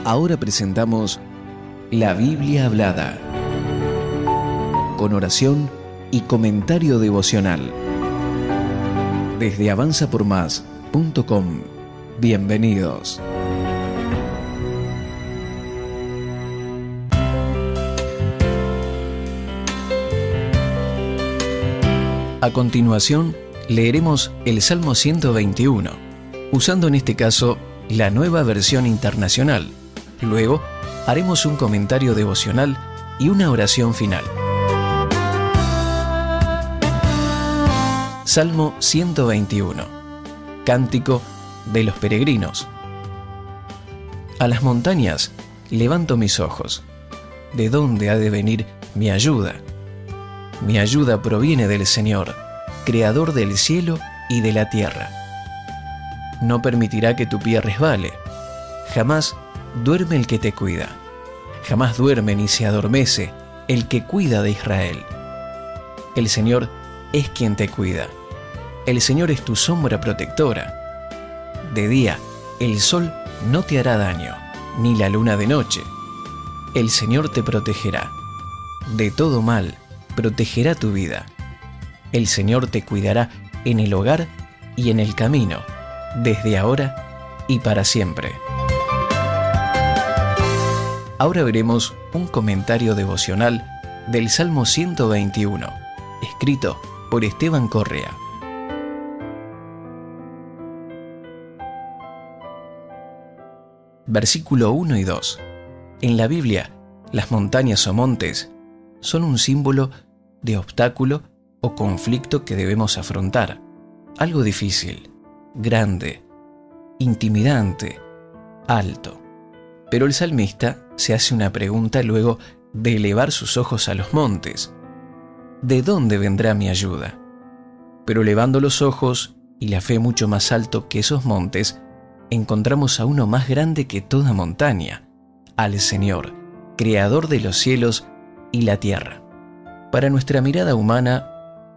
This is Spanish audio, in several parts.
Ahora presentamos la Biblia Hablada, con oración y comentario devocional. Desde avanzapormás.com. Bienvenidos. A continuación, leeremos el Salmo 121, usando en este caso la Nueva Versión Internacional. Luego, haremos un comentario devocional y una oración final. Salmo 121. Cántico de los peregrinos. A las montañas levanto mis ojos. ¿De dónde ha de venir mi ayuda? Mi ayuda proviene del Señor, Creador del cielo y de la tierra. No permitirá que tu pie resbale. Jamás duerme el que te cuida. Jamás duerme ni se adormece el que cuida de Israel. El Señor es quien te cuida. El Señor es tu sombra protectora. De día, el sol no te hará daño, ni la luna de noche. El Señor te protegerá. De todo mal, protegerá tu vida. El Señor te cuidará en el hogar y en el camino, desde ahora y para siempre. Ahora veremos un comentario devocional del Salmo 121, escrito por Esteban Correa. Versículo 1 y 2. En la Biblia, las montañas o montes son un símbolo de obstáculo o conflicto que debemos afrontar. Algo difícil, grande, intimidante, alto. Pero el salmista se hace una pregunta luego de elevar sus ojos a los montes. ¿De dónde vendrá mi ayuda? Pero elevando los ojos y la fe mucho más alto que esos montes, encontramos a uno más grande que toda montaña, al Señor, Creador de los cielos y la tierra. Para nuestra mirada humana,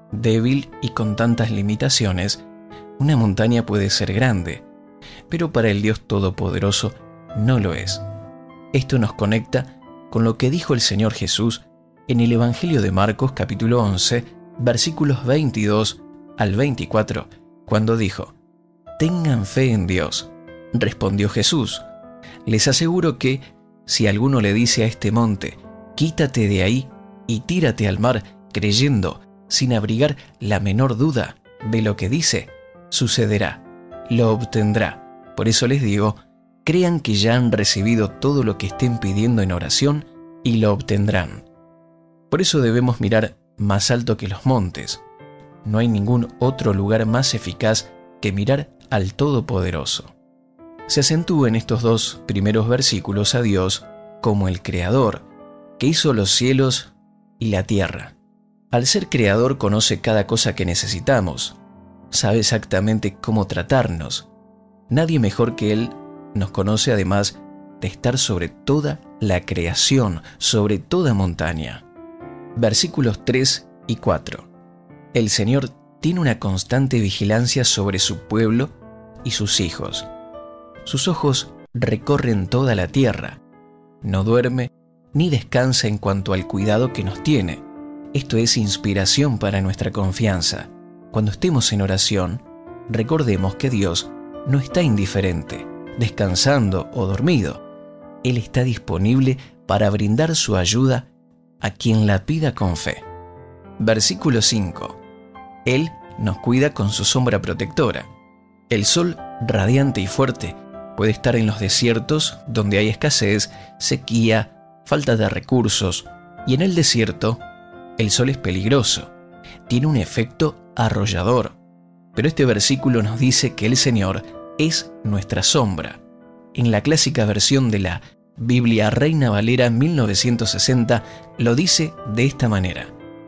débil y con tantas limitaciones, una montaña puede ser grande, pero para el Dios Todopoderoso no lo es. Esto nos conecta con lo que dijo el Señor Jesús en el Evangelio de Marcos capítulo 11, versículos 22 al 24, cuando dijo: «Tengan fe en Dios». Respondió Jesús: «Les aseguro que, si alguno le dice a este monte, quítate de ahí y tírate al mar, creyendo, sin abrigar la menor duda de lo que dice, sucederá, lo obtendrá. Por eso les digo, crean que ya han recibido todo lo que estén pidiendo en oración y lo obtendrán». Por eso debemos mirar más alto que los montes. No hay ningún otro lugar más eficaz que mirar al Todopoderoso. Se acentúa en estos dos primeros versículos a Dios como el Creador, que hizo los cielos y la tierra. Al ser Creador conoce cada cosa que necesitamos, sabe exactamente cómo tratarnos. Nadie mejor que Él nos conoce, además de estar sobre toda la creación, sobre toda montaña. Versículos 3 y 4. El Señor tiene una constante vigilancia sobre su pueblo y sus hijos. Sus ojos recorren toda la tierra. No duerme ni descansa en cuanto al cuidado que nos tiene. Esto es inspiración para nuestra confianza. Cuando estemos en oración, recordemos que Dios no está indiferente, descansando o dormido. Él está disponible para brindar su ayuda a quien la pida con fe. Versículo 5. Él nos cuida con su sombra protectora. El sol radiante y fuerte puede estar en los desiertos donde hay escasez, sequía, falta de recursos, y en el desierto el sol es peligroso, tiene un efecto arrollador. Pero este versículo nos dice que el Señor es nuestra sombra. En la clásica versión de la Biblia Reina Valera 1960 lo dice de esta manera: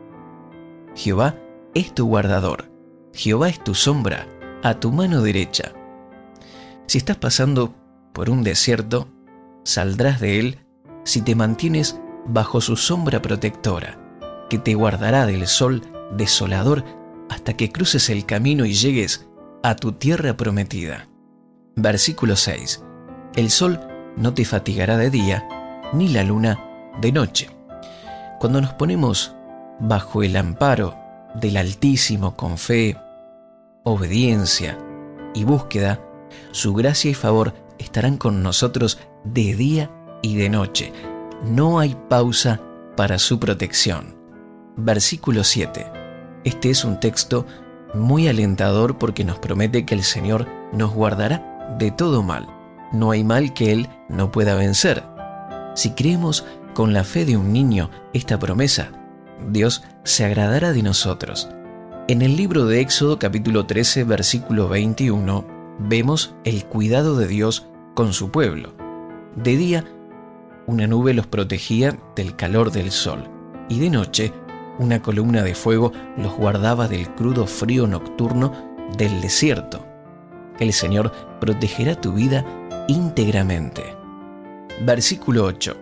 Jehová es tu guardador, Jehová es tu sombra, a tu mano derecha. Si estás pasando por un desierto, saldrás de él si te mantienes bajo su sombra protectora, que te guardará del sol desolador hasta que cruces el camino y llegues a tu tierra prometida. Versículo 6. El sol no te fatigará de día, ni la luna de noche. Cuando nos ponemos bajo el amparo del Altísimo con fe, obediencia y búsqueda, su gracia y favor estarán con nosotros de día y de noche. No hay pausa para su protección. Versículo 7. Este es un texto muy alentador porque nos promete que el Señor nos guardará de todo mal. No hay mal que Él no pueda vencer. Si creemos con la fe de un niño esta promesa, Dios se agradará de nosotros. En el libro de Éxodo capítulo 13, versículo 21, vemos el cuidado de Dios con su pueblo. De día, una nube los protegía del calor del sol, y de noche, una columna de fuego los guardaba del crudo frío nocturno del desierto. El Señor protegerá tu vida íntegramente. Versículo 8.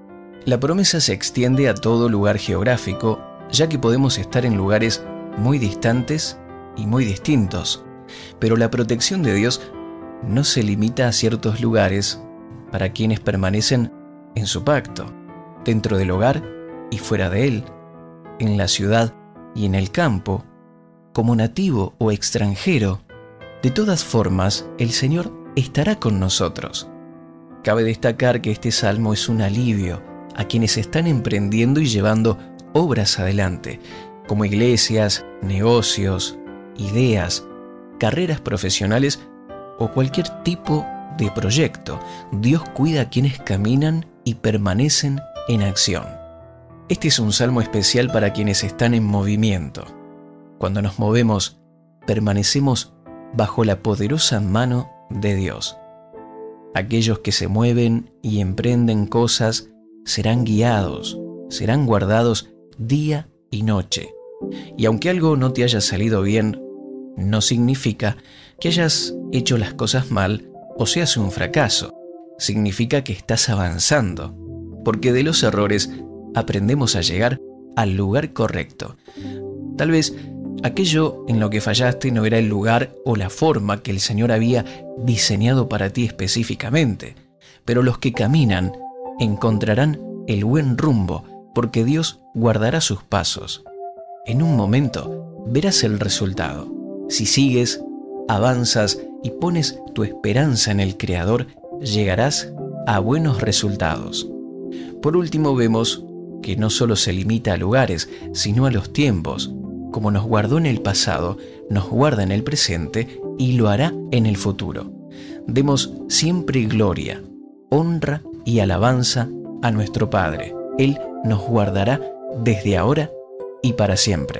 La promesa se extiende a todo lugar geográfico, ya que podemos estar en lugares muy distantes y muy distintos, pero la protección de Dios no se limita a ciertos lugares para quienes permanecen en su pacto, dentro del hogar y fuera de él, en la ciudad y en el campo, como nativo o extranjero. De todas formas, el Señor estará con nosotros. Cabe destacar que este salmo es un alivio a quienes están emprendiendo y llevando obras adelante, como iglesias, negocios, ideas, carreras profesionales o cualquier tipo de proyecto. Dios cuida a quienes caminan y permanecen en acción. Este es un salmo especial para quienes están en movimiento. Cuando nos movemos, permanecemos bajo la poderosa mano de Dios. Aquellos que se mueven y emprenden cosas serán guiados, serán guardados día y noche. Y aunque algo no te haya salido bien, no significa que hayas hecho las cosas mal o seas un fracaso. Significa que estás avanzando, porque de los errores aprendemos a llegar al lugar correcto. Tal vez aquello en lo que fallaste no era el lugar o la forma que el Señor había diseñado para ti específicamente, pero los que caminan encontrarán el buen rumbo, porque Dios guardará sus pasos. En un momento verás el resultado. Si sigues, avanzas y pones tu esperanza en el Creador, llegarás a buenos resultados. Por último, vemos que no solo se limita a lugares, sino a los tiempos. Como nos guardó en el pasado, nos guarda en el presente y lo hará en el futuro. Demos siempre gloria, honra y alabanza a nuestro Padre. Él nos guardará desde ahora y para siempre.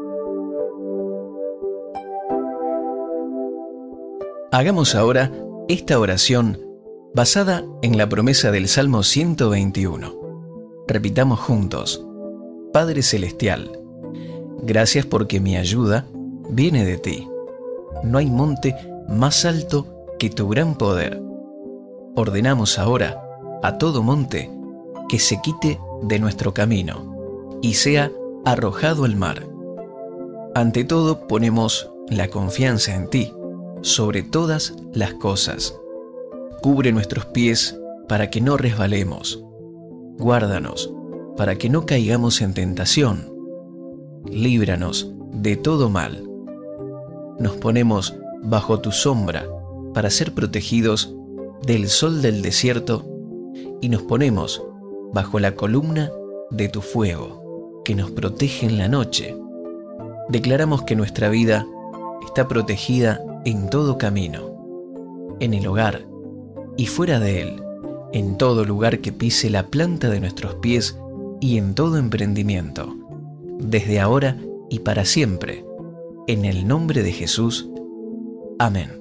Hagamos ahora esta oración basada en la promesa del Salmo 121. Repitamos juntos: Padre Celestial, gracias porque mi ayuda viene de ti. No hay monte más alto que tu gran poder. Ordenamos ahora a todo monte que se quite de nuestro camino y sea arrojado al mar. Ante todo ponemos la confianza en ti, sobre todas las cosas. Cubre nuestros pies para que no resbalemos. Guárdanos para que no caigamos en tentación. Líbranos de todo mal. Nos ponemos bajo tu sombra para ser protegidos del sol del desierto y nos ponemos bajo la columna de tu fuego que nos protege en la noche. Declaramos que nuestra vida está protegida en todo camino, en el hogar y fuera de él, en todo lugar que pise la planta de nuestros pies y en todo emprendimiento, desde ahora y para siempre, en el nombre de Jesús. Amén.